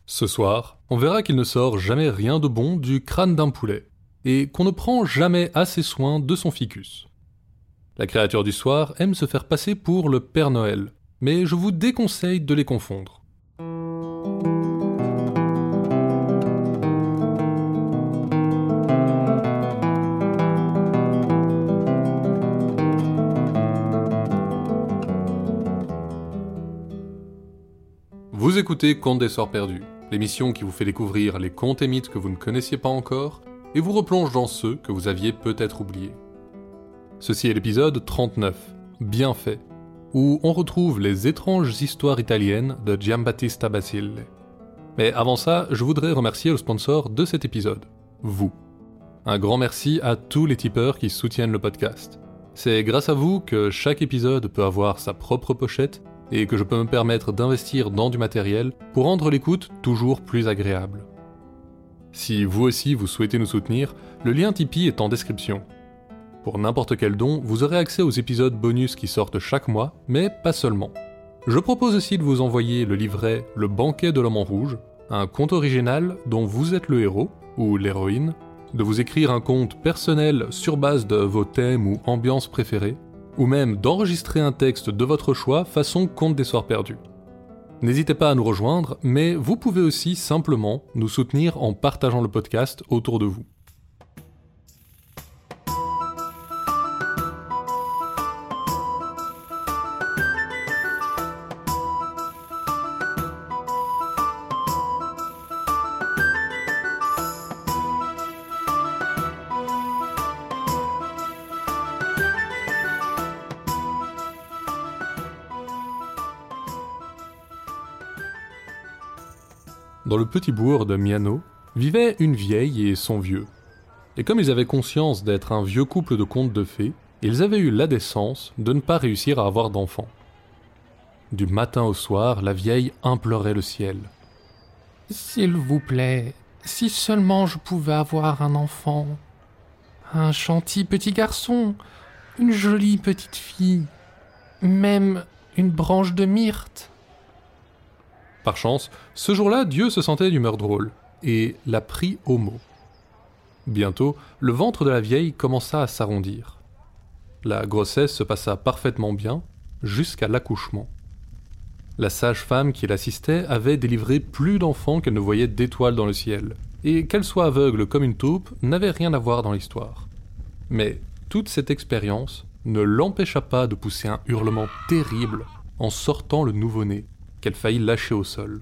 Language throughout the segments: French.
Ce soir, on verra qu'il ne sort jamais rien de bon du crâne d'un poulet, et qu'on ne prend jamais assez soin de son ficus. La créature du soir aime se faire passer pour le Père Noël, mais je vous déconseille de les confondre. Vous écoutez Contes des Sorts Perdus, l'émission qui vous fait découvrir les contes et mythes que vous ne connaissiez pas encore et vous replonge dans ceux que vous aviez peut-être oubliés. Ceci est l'épisode 39, Bien fait, où on retrouve les étranges histoires italiennes de Giambattista Basile. Mais avant ça, je voudrais remercier le sponsor de cet épisode, vous. Un grand merci à tous les tipeurs qui soutiennent le podcast. C'est grâce à vous que chaque épisode peut avoir sa propre pochette et que je peux me permettre d'investir dans du matériel pour rendre l'écoute toujours plus agréable. Si vous aussi vous souhaitez nous soutenir, le lien Tipeee est en description. Pour n'importe quel don, vous aurez accès aux épisodes bonus qui sortent chaque mois, mais pas seulement. Je propose aussi de vous envoyer le livret Le Banquet de l'Homme en Rouge, un conte original dont vous êtes le héros, ou l'héroïne, de vous écrire un conte personnel sur base de vos thèmes ou ambiances préférées, ou même d'enregistrer un texte de votre choix façon Contes des Sorts Perdus. N'hésitez pas à nous rejoindre, mais vous pouvez aussi simplement nous soutenir en partageant le podcast autour de vous. Dans le petit bourg de Miano, vivaient une vieille et son vieux. Et comme ils avaient conscience d'être un vieux couple de contes de fées, ils avaient eu la décence de ne pas réussir à avoir d'enfants. Du matin au soir, la vieille implorait le ciel. « S'il vous plaît, si seulement je pouvais avoir un enfant. Un gentil petit garçon, une jolie petite fille, même une branche de myrte. » Par chance, ce jour-là, Dieu se sentait d'humeur drôle, et la prit au mot. Bientôt, le ventre de la vieille commença à s'arrondir. La grossesse se passa parfaitement bien, jusqu'à l'accouchement. La sage-femme qui l'assistait avait délivré plus d'enfants qu'elle ne voyait d'étoiles dans le ciel, et qu'elle soit aveugle comme une taupe n'avait rien à voir dans l'histoire. Mais toute cette expérience ne l'empêcha pas de pousser un hurlement terrible en sortant le nouveau-né, qu'elle faillit lâcher au sol.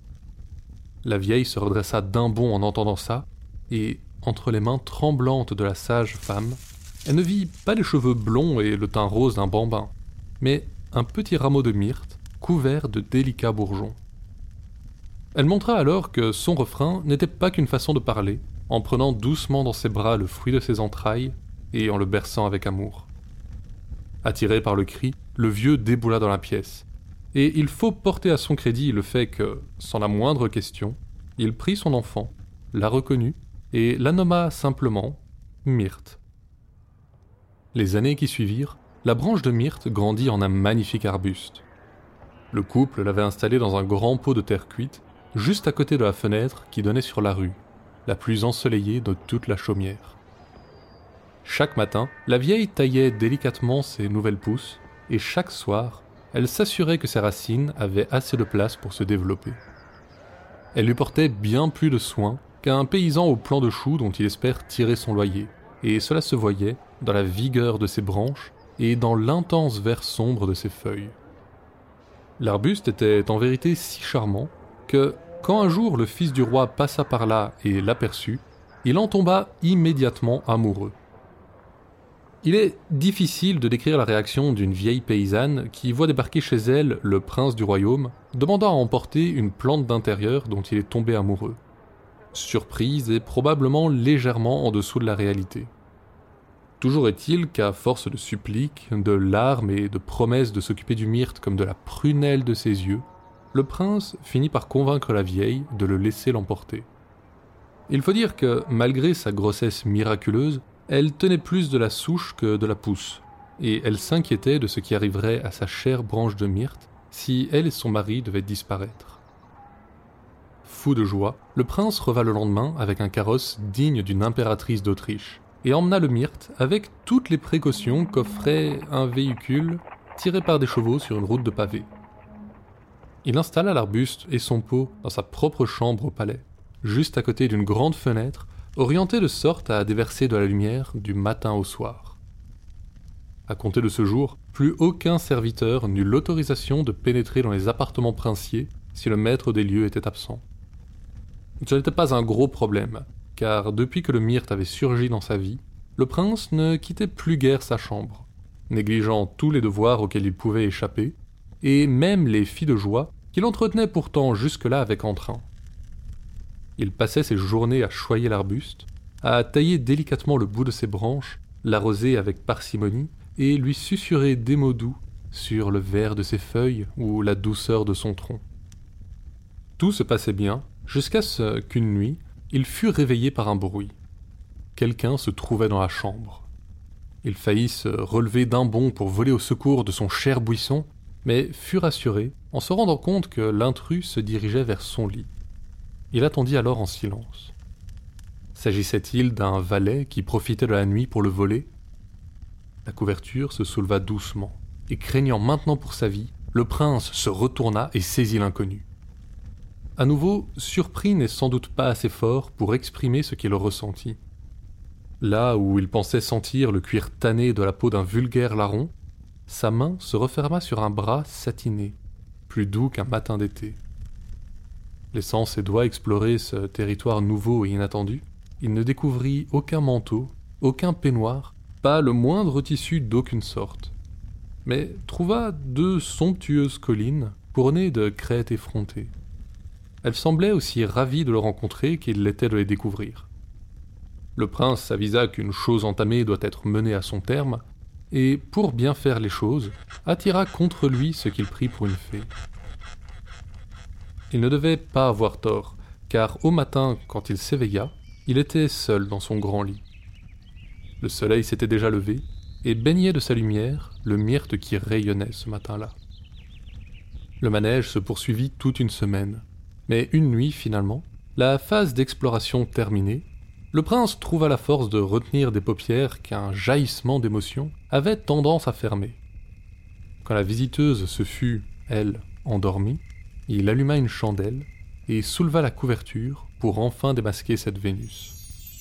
La vieille se redressa d'un bond en entendant ça, et, entre les mains tremblantes de la sage femme, elle ne vit pas les cheveux blonds et le teint rose d'un bambin, mais un petit rameau de myrte couvert de délicats bourgeons. Elle montra alors que son refrain n'était pas qu'une façon de parler, en prenant doucement dans ses bras le fruit de ses entrailles et en le berçant avec amour. Attiré par le cri, le vieux déboula dans la pièce, et il faut porter à son crédit le fait que, sans la moindre question, il prit son enfant, la reconnut et la nomma simplement Myrte. Les années qui suivirent, la branche de myrte grandit en un magnifique arbuste. Le couple l'avait installée dans un grand pot de terre cuite, juste à côté de la fenêtre qui donnait sur la rue, la plus ensoleillée de toute la chaumière. Chaque matin, la vieille taillait délicatement ses nouvelles pousses, et chaque soir, elle s'assurait que ses racines avaient assez de place pour se développer. Elle lui portait bien plus de soin qu'un paysan au plant de choux dont il espère tirer son loyer, et cela se voyait dans la vigueur de ses branches et dans l'intense vert sombre de ses feuilles. L'arbuste était en vérité si charmant que, quand un jour le fils du roi passa par là et l'aperçut, il en tomba immédiatement amoureux. Il est difficile de décrire la réaction d'une vieille paysanne qui voit débarquer chez elle le prince du royaume, demandant à emporter une plante d'intérieur dont il est tombé amoureux. Surprise et probablement légèrement en dessous de la réalité. Toujours est-il qu'à force de suppliques, de larmes et de promesses de s'occuper du myrte comme de la prunelle de ses yeux, le prince finit par convaincre la vieille de le laisser l'emporter. Il faut dire que, malgré sa grossesse miraculeuse, elle tenait plus de la souche que de la pousse, et elle s'inquiétait de ce qui arriverait à sa chère branche de myrte si elle et son mari devaient disparaître. Fou de joie, le prince revint le lendemain avec un carrosse digne d'une impératrice d'Autriche et emmena le myrte avec toutes les précautions qu'offrait un véhicule tiré par des chevaux sur une route de pavés. Il installa l'arbuste et son pot dans sa propre chambre au palais, juste à côté d'une grande fenêtre, orientée de sorte à déverser de la lumière du matin au soir. À compter de ce jour, plus aucun serviteur n'eut l'autorisation de pénétrer dans les appartements princiers si le maître des lieux était absent. Ce n'était pas un gros problème, car depuis que le myrte avait surgi dans sa vie, le prince ne quittait plus guère sa chambre, négligeant tous les devoirs auxquels il pouvait échapper, et même les filles de joie qu'il entretenait pourtant jusque-là avec entrain. Il passait ses journées à choyer l'arbuste, à tailler délicatement le bout de ses branches, l'arroser avec parcimonie et lui susurrer des mots doux sur le vert de ses feuilles ou la douceur de son tronc. Tout se passait bien, jusqu'à ce qu'une nuit, il fut réveillé par un bruit. Quelqu'un se trouvait dans la chambre. Il faillit se relever d'un bond pour voler au secours de son cher buisson, mais fut rassuré en se rendant compte que l'intrus se dirigeait vers son lit. Il attendit alors en silence. S'agissait-il d'un valet qui profitait de la nuit pour le voler ? La couverture se souleva doucement, et craignant maintenant pour sa vie, le prince se retourna et saisit l'inconnu. À nouveau, surpris n'est sans doute pas assez fort pour exprimer ce qu'il ressentit. Là où il pensait sentir le cuir tanné de la peau d'un vulgaire larron, sa main se referma sur un bras satiné, plus doux qu'un matin d'été. Laissant ses doigts explorer ce territoire nouveau et inattendu, il ne découvrit aucun manteau, aucun peignoir, pas le moindre tissu d'aucune sorte, mais trouva 2 somptueuses collines couronnées de crêtes effrontées. Elles semblaient aussi ravies de le rencontrer qu'il l'était de les découvrir. Le prince s'avisa qu'une chose entamée doit être menée à son terme, et pour bien faire les choses, attira contre lui ce qu'il prit pour une fée. Il ne devait pas avoir tort, car au matin, quand il s'éveilla, il était seul dans son grand lit. Le soleil s'était déjà levé, et baignait de sa lumière le myrte qui rayonnait ce matin-là. Le manège se poursuivit toute une semaine, mais une nuit finalement, la phase d'exploration terminée, le prince trouva la force de retenir des paupières qu'un jaillissement d'émotion avait tendance à fermer. Quand la visiteuse se fut, elle, endormie, il alluma une chandelle et souleva la couverture pour enfin démasquer cette Vénus.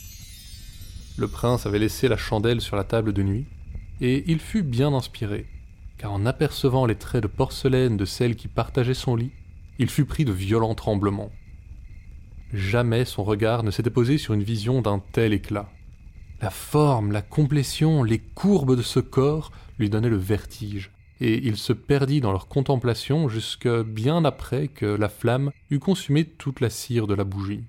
Le prince avait laissé la chandelle sur la table de nuit, et il fut bien inspiré, car en apercevant les traits de porcelaine de celle qui partageait son lit, il fut pris de violents tremblements. Jamais son regard ne s'était posé sur une vision d'un tel éclat. La forme, la complétion, les courbes de ce corps lui donnaient le vertige, et il se perdit dans leur contemplation jusque bien après que la flamme eut consumé toute la cire de la bougie.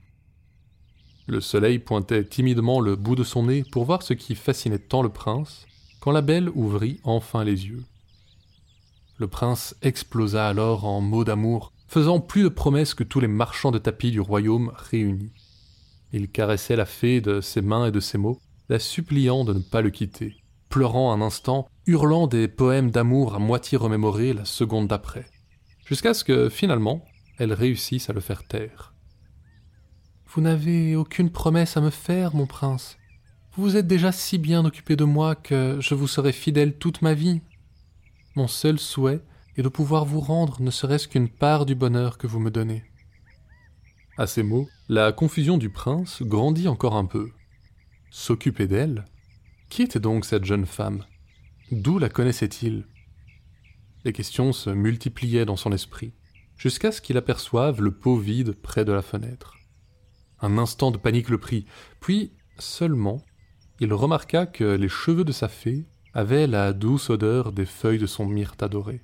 Le soleil pointait timidement le bout de son nez pour voir ce qui fascinait tant le prince, quand la belle ouvrit enfin les yeux. Le prince explosa alors en mots d'amour, faisant plus de promesses que tous les marchands de tapis du royaume réunis. Il caressait la fée de ses mains et de ses mots, la suppliant de ne pas le quitter, pleurant un instant, hurlant des poèmes d'amour à moitié remémorés la seconde d'après, jusqu'à ce que, finalement, elle réussisse à le faire taire. « Vous n'avez aucune promesse à me faire, mon prince. Vous vous êtes déjà si bien occupé de moi que je vous serai fidèle toute ma vie. Mon seul souhait est de pouvoir vous rendre ne serait-ce qu'une part du bonheur que vous me donnez. » À ces mots, la confusion du prince grandit encore un peu. S'occuper d'elle ? Qui était donc cette jeune femme ? D'où la connaissait-il ? Les questions se multipliaient dans son esprit, jusqu'à ce qu'il aperçoive le pot vide près de la fenêtre. Un instant de panique le prit, puis, seulement, il remarqua que les cheveux de sa fée avaient la douce odeur des feuilles de son myrte adoré.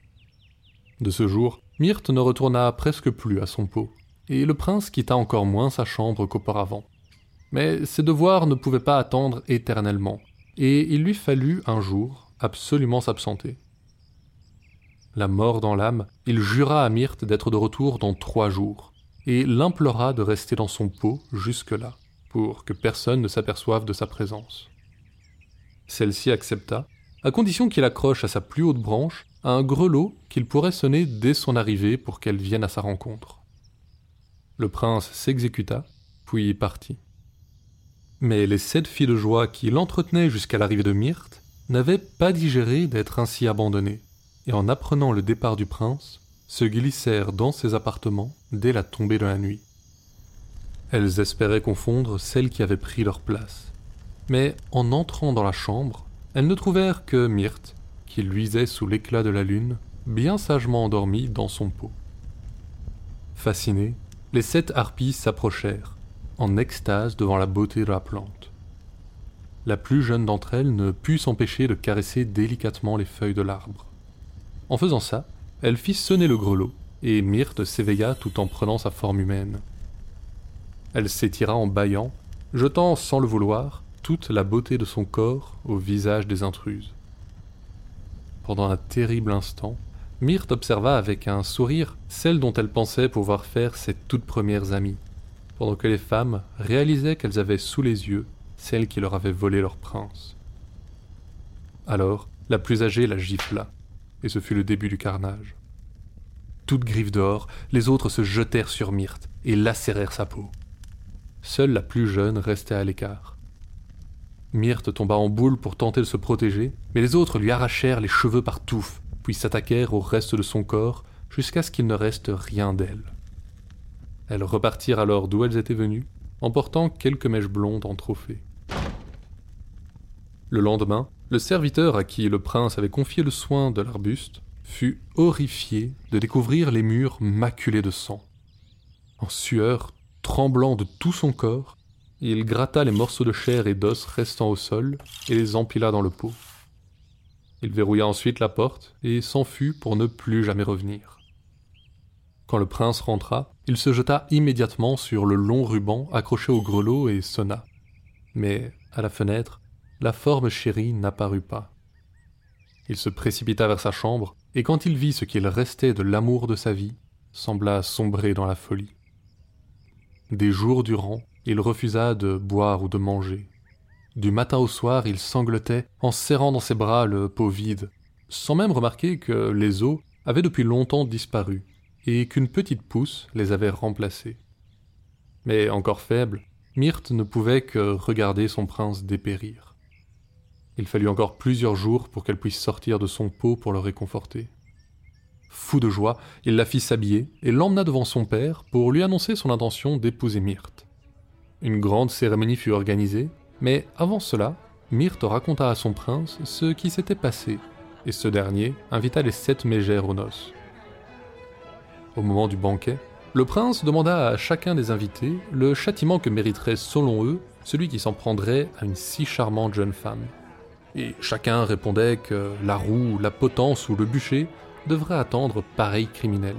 De ce jour, Myrte ne retourna presque plus à son pot, et le prince quitta encore moins sa chambre qu'auparavant. Mais ses devoirs ne pouvaient pas attendre éternellement, et il lui fallut un jour absolument s'absenter. La mort dans l'âme, il jura à Myrte d'être de retour dans 3 jours, et l'implora de rester dans son pot jusque-là, pour que personne ne s'aperçoive de sa présence. Celle-ci accepta, à condition qu'il accroche à sa plus haute branche un grelot qu'il pourrait sonner dès son arrivée pour qu'elle vienne à sa rencontre. Le prince s'exécuta, puis partit. Mais les 7 filles de joie qui l'entretenaient jusqu'à l'arrivée de Myrte n'avaient pas digéré d'être ainsi abandonnées, et en apprenant le départ du prince, se glissèrent dans ses appartements dès la tombée de la nuit. Elles espéraient confondre celles qui avaient pris leur place. Mais en entrant dans la chambre, elles ne trouvèrent que Myrte, qui luisait sous l'éclat de la lune, bien sagement endormie dans son pot. Fascinées, les 7 harpies s'approchèrent, en extase devant la beauté de la plante. La plus jeune d'entre elles ne put s'empêcher de caresser délicatement les feuilles de l'arbre. En faisant ça, elle fit sonner le grelot, et Myrte s'éveilla tout en prenant sa forme humaine. Elle s'étira en bâillant, jetant sans le vouloir toute la beauté de son corps au visage des intruses. Pendant un terrible instant, Myrte observa avec un sourire celle dont elle pensait pouvoir faire ses toutes premières amies, pendant que les femmes réalisaient qu'elles avaient sous les yeux celle qui leur avait volé leur prince. Alors, la plus âgée la gifla, et ce fut le début du carnage. Toutes griffes dehors, les autres se jetèrent sur Myrte et lacérèrent sa peau. Seule la plus jeune restait à l'écart. Myrte tomba en boule pour tenter de se protéger, mais les autres lui arrachèrent les cheveux par touffes, puis s'attaquèrent au reste de son corps jusqu'à ce qu'il ne reste rien d'elle. Elles repartirent alors d'où elles étaient venues, emportant quelques mèches blondes en trophée. Le lendemain, le serviteur à qui le prince avait confié le soin de l'arbuste fut horrifié de découvrir les murs maculés de sang. En sueur, tremblant de tout son corps, il gratta les morceaux de chair et d'os restant au sol et les empila dans le pot. Il verrouilla ensuite la porte et s'enfuit pour ne plus jamais revenir. Quand le prince rentra, il se jeta immédiatement sur le long ruban accroché au grelot et sonna. Mais, à la fenêtre, la forme chérie n'apparut pas. Il se précipita vers sa chambre, et quand il vit ce qu'il restait de l'amour de sa vie, sembla sombrer dans la folie. Des jours durant, il refusa de boire ou de manger. Du matin au soir, il sanglotait en serrant dans ses bras le pot vide, sans même remarquer que les os avaient depuis longtemps disparu, et qu'une petite pousse les avait remplacés. Mais encore faible, Myrte ne pouvait que regarder son prince dépérir. Il fallut encore plusieurs jours pour qu'elle puisse sortir de son pot pour le réconforter. Fou de joie, il la fit s'habiller et l'emmena devant son père pour lui annoncer son intention d'épouser Myrte. Une grande cérémonie fut organisée, mais avant cela, Myrte raconta à son prince ce qui s'était passé, et ce dernier invita les 7 mégères aux noces. Au moment du banquet, le prince demanda à chacun des invités le châtiment que mériterait selon eux celui qui s'en prendrait à une si charmante jeune femme. Et chacun répondait que la roue, la potence ou le bûcher devraient attendre pareil criminel.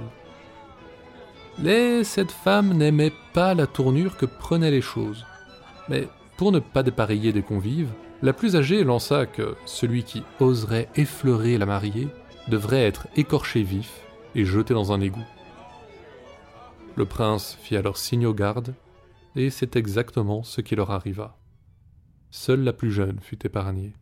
Les 7 femmes n'aimaient pas la tournure que prenaient les choses, mais pour ne pas dépareiller des convives, la plus âgée lança que celui qui oserait effleurer la mariée devrait être écorché vif et jeté dans un égout. Le prince fit alors signe aux gardes, et c'est exactement ce qui leur arriva. Seule la plus jeune fut épargnée.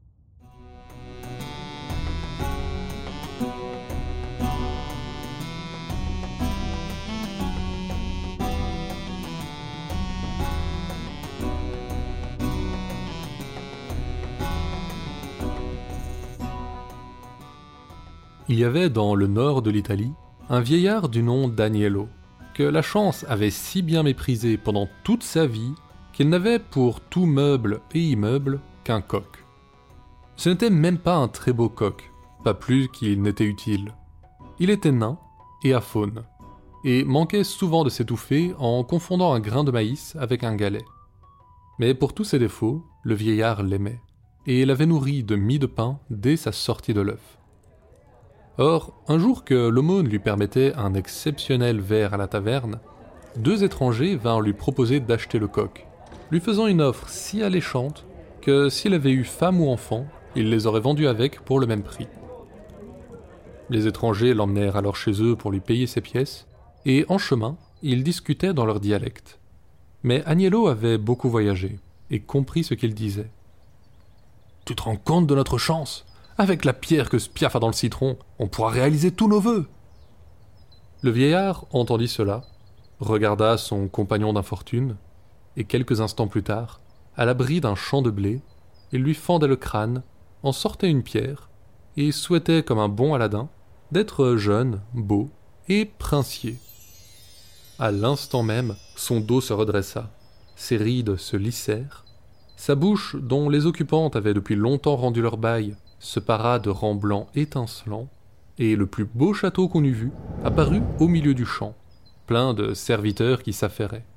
Il y avait dans le nord de l'Italie un vieillard du nom d'Agnello, que la chance avait si bien méprisé pendant toute sa vie qu'il n'avait pour tout meuble et immeuble qu'un coq. Ce n'était même pas un très beau coq, pas plus qu'il n'était utile. Il était nain et aphone, et manquait souvent de s'étouffer en confondant un grain de maïs avec un galet. Mais pour tous ses défauts, le vieillard l'aimait, et l'avait nourri de mie de pain dès sa sortie de l'œuf. Or, un jour que l'aumône lui permettait un exceptionnel verre à la taverne, 2 étrangers vinrent lui proposer d'acheter le coq, lui faisant une offre si alléchante que s'il avait eu femme ou enfant, il les aurait vendus avec pour le même prix. Les étrangers l'emmenèrent alors chez eux pour lui payer ses pièces, et en chemin, ils discutaient dans leur dialecte. Mais Agnello avait beaucoup voyagé, et comprit ce qu'il disait. « Tu te rends compte de notre chance ? Avec la pierre que Spiaf a dans le citron, on pourra réaliser tous nos vœux. » Le vieillard entendit cela, regarda son compagnon d'infortune, et quelques instants plus tard, à l'abri d'un champ de blé, il lui fendait le crâne, en sortait une pierre, et souhaitait, comme un bon Aladin, d'être jeune, beau et princier. À l'instant même, son dos se redressa, ses rides se lissèrent, sa bouche, dont les occupantes avaient depuis longtemps rendu leur bail, se para de rangs blancs étincelants, et le plus beau château qu'on eût vu apparut au milieu du champ, plein de serviteurs qui s'affairaient.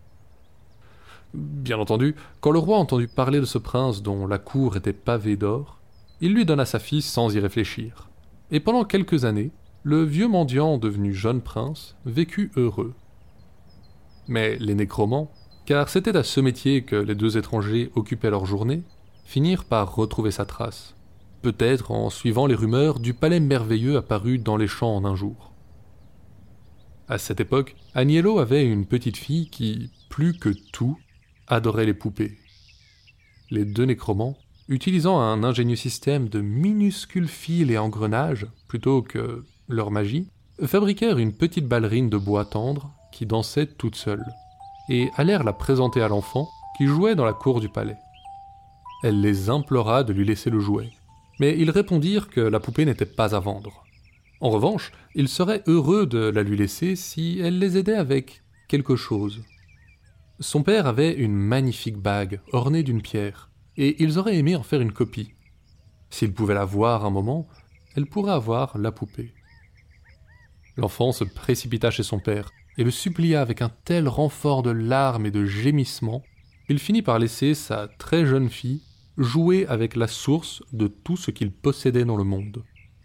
Bien entendu, quand le roi entendit parler de ce prince dont la cour était pavée d'or, il lui donna sa fille sans y réfléchir, et pendant quelques années, le vieux mendiant devenu jeune prince vécut heureux. Mais les nécromants, car c'était à ce métier que les deux étrangers occupaient leur journée, finirent par retrouver sa trace, peut-être en suivant les rumeurs du palais merveilleux apparu dans les champs en un jour. À cette époque, Agnello avait une petite fille qui, plus que tout, adorait les poupées. Les deux nécromants, utilisant un ingénieux système de minuscules fils et engrenages plutôt que leur magie, fabriquèrent une petite ballerine de bois tendre qui dansait toute seule, et allèrent la présenter à l'enfant qui jouait dans la cour du palais. Elle les implora de lui laisser le jouet, mais ils répondirent que la poupée n'était pas à vendre. En revanche, ils seraient heureux de la lui laisser si elle les aidait avec quelque chose. Son père avait une magnifique bague ornée d'une pierre, et ils auraient aimé en faire une copie. S'ils pouvaient la voir un moment, elle pourrait avoir la poupée. L'enfant se précipita chez son père, et le supplia avec un tel renfort de larmes et de gémissements, qu'il finit par laisser sa très jeune fille jouer avec la source de tout ce qu'il possédait dans le monde.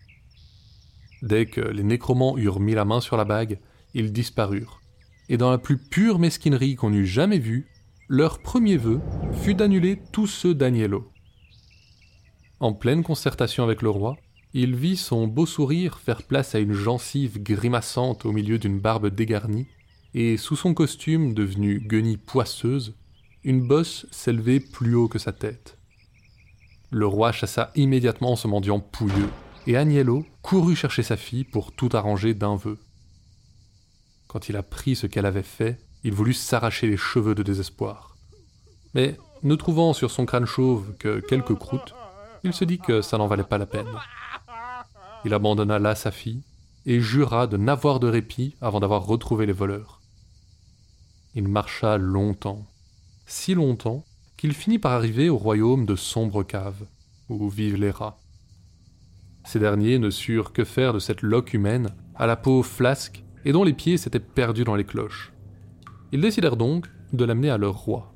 Dès que les nécromants eurent mis la main sur la bague, ils disparurent, et dans la plus pure mesquinerie qu'on eût jamais vue, leur premier vœu fut d'annuler tous ceux d'Agnello. En pleine concertation avec le roi, il vit son beau sourire faire place à une gencive grimaçante au milieu d'une barbe dégarnie, et sous son costume devenu guenille poisseuse, une bosse s'élevait plus haut que sa tête. Le roi chassa immédiatement ce mendiant pouilleux, et Agnello courut chercher sa fille pour tout arranger d'un vœu. Quand il apprit ce qu'elle avait fait, il voulut s'arracher les cheveux de désespoir. Mais, ne trouvant sur son crâne chauve que quelques croûtes, il se dit que ça n'en valait pas la peine. Il abandonna là sa fille, et jura de n'avoir de répit avant d'avoir retrouvé les voleurs. Il marcha longtemps, si longtemps, qu'il finit par arriver au royaume de sombres caves, où vivent les rats. Ces derniers ne surent que faire de cette loque humaine, à la peau flasque, et dont les pieds s'étaient perdus dans les cloches. Ils décidèrent donc de l'amener à leur roi.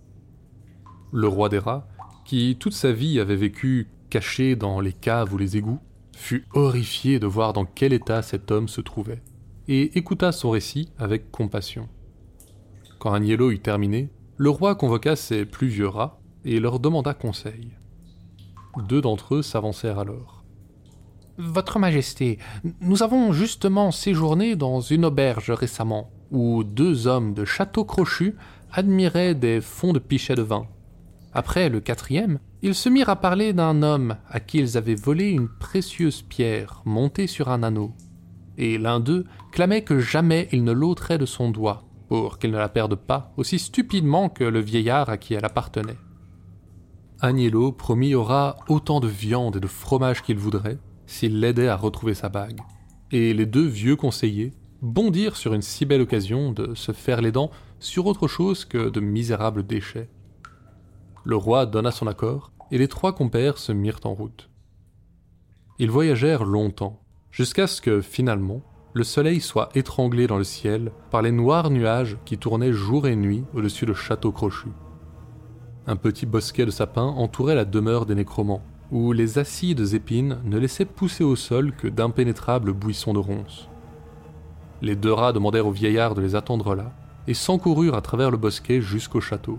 Le roi des rats, qui toute sa vie avait vécu caché dans les caves ou les égouts, fut horrifié de voir dans quel état cet homme se trouvait, et écouta son récit avec compassion. Quand Agnello eut terminé, le roi convoqua ses plus vieux rats et leur demanda conseil. 2 d'entre eux s'avancèrent alors. « Votre Majesté, nous avons justement séjourné dans une auberge récemment, où 2 hommes de château crochu admiraient des fonds de pichets de vin. Après le 4e, ils se mirent à parler d'un homme à qui ils avaient volé une précieuse pierre montée sur un anneau, et l'un d'eux clamait que jamais il ne l'ôterait de son doigt, pour qu'il ne la perde pas aussi stupidement que le vieillard à qui elle appartenait. Agnello promit au rat autant de viande et de fromage qu'il voudrait, s'il l'aidait à retrouver sa bague, et les 2 vieux conseillers bondirent sur une si belle occasion de se faire les dents sur autre chose que de misérables déchets. Le roi donna son accord, et les 3 compères se mirent en route. Ils voyagèrent longtemps, jusqu'à ce que, finalement, le soleil soit étranglé dans le ciel par les noirs nuages qui tournaient jour et nuit au-dessus de Château Crochu. Un petit bosquet de sapins entourait la demeure des nécromants, où les acides épines ne laissaient pousser au sol que d'impénétrables buissons de ronces. Les 2 rats demandèrent au vieillard de les attendre là, et s'encoururent à travers le bosquet jusqu'au château.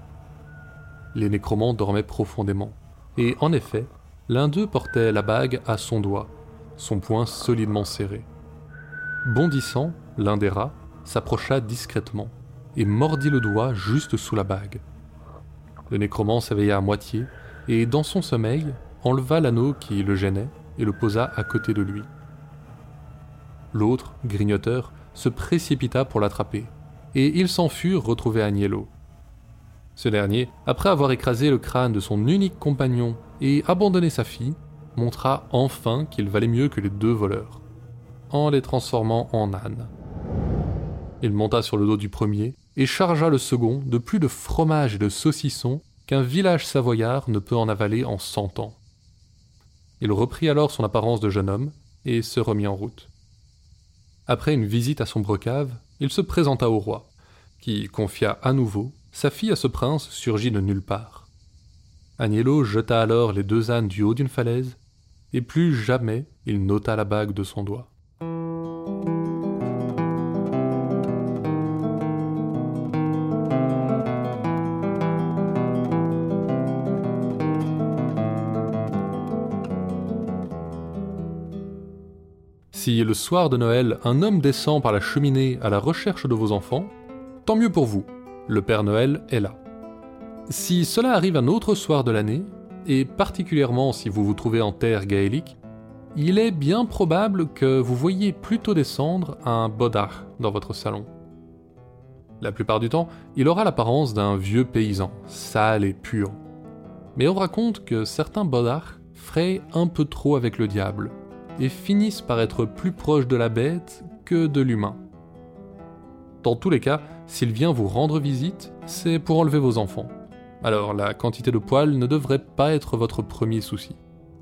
Les nécromants dormaient profondément, et en effet, l'un d'eux portait la bague à son doigt, son poing solidement serré. Bondissant, l'un des rats s'approcha discrètement, et mordit le doigt juste sous la bague. Le nécromant s'éveilla à moitié, et dans son sommeil, enleva l'anneau qui le gênait, et le posa à côté de lui. L'autre, grignoteur, se précipita pour l'attraper, et ils s'en furent retrouver Agnello. Ce dernier, après avoir écrasé le crâne de son unique compagnon et abandonné sa fille, montra enfin qu'il valait mieux que les 2 voleurs, en les transformant en ânes. Il monta sur le dos du premier et chargea le second de plus de fromage et de saucisson qu'un village savoyard ne peut en avaler en 100 ans. Il reprit alors son apparence de jeune homme et se remit en route. Après une visite à son brecave, il se présenta au roi, qui confia à nouveau sa fille à ce prince surgi de nulle part. Agnello jeta alors les 2 ânes du haut d'une falaise, et plus jamais il n'ôta la bague de son doigt. Si le soir de Noël, un homme descend par la cheminée à la recherche de vos enfants, tant mieux pour vous, le Père Noël est là. Si cela arrive un autre soir de l'année, et particulièrement si vous vous trouvez en terre gaélique, il est bien probable que vous voyiez plutôt descendre un bodach dans votre salon. La plupart du temps, il aura l'apparence d'un vieux paysan, sale et puant. Mais on raconte que certains bodachs frayent un peu trop avec le diable, et finissent par être plus proches de la bête que de l'humain. Dans tous les cas, s'il vient vous rendre visite, c'est pour enlever vos enfants. Alors la quantité de poils ne devrait pas être votre premier souci.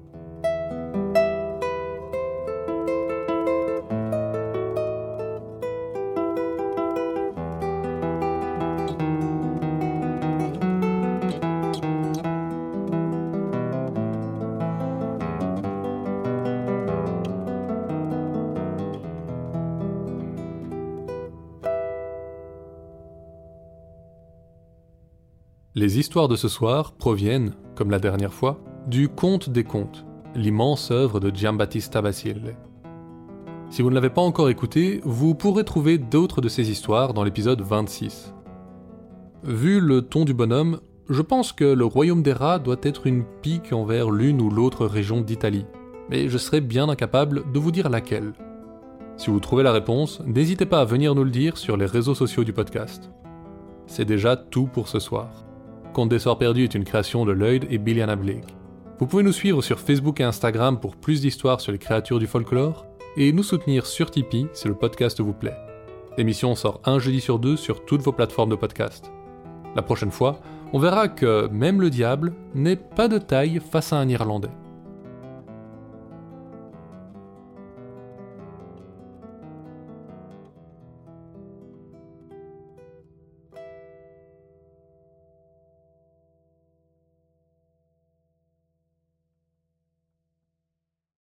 Les histoires de ce soir proviennent, comme la dernière fois, du Conte des Contes, l'immense œuvre de Giambattista Basile. Si vous ne l'avez pas encore écouté, vous pourrez trouver d'autres de ces histoires dans l'épisode 26. Vu le ton du bonhomme, je pense que le royaume des rats doit être une pique envers l'une ou l'autre région d'Italie, mais je serais bien incapable de vous dire laquelle. Si vous trouvez la réponse, n'hésitez pas à venir nous le dire sur les réseaux sociaux du podcast. C'est déjà tout pour ce soir. Conte des Soirs Perdus est une création de Lloyd et Billiana Blake. Vous pouvez nous suivre sur Facebook et Instagram pour plus d'histoires sur les créatures du folklore, et nous soutenir sur Tipeee si le podcast vous plaît. L'émission sort un jeudi sur 2 sur toutes vos plateformes de podcast. La prochaine fois, on verra que même le diable n'est pas de taille face à un Irlandais.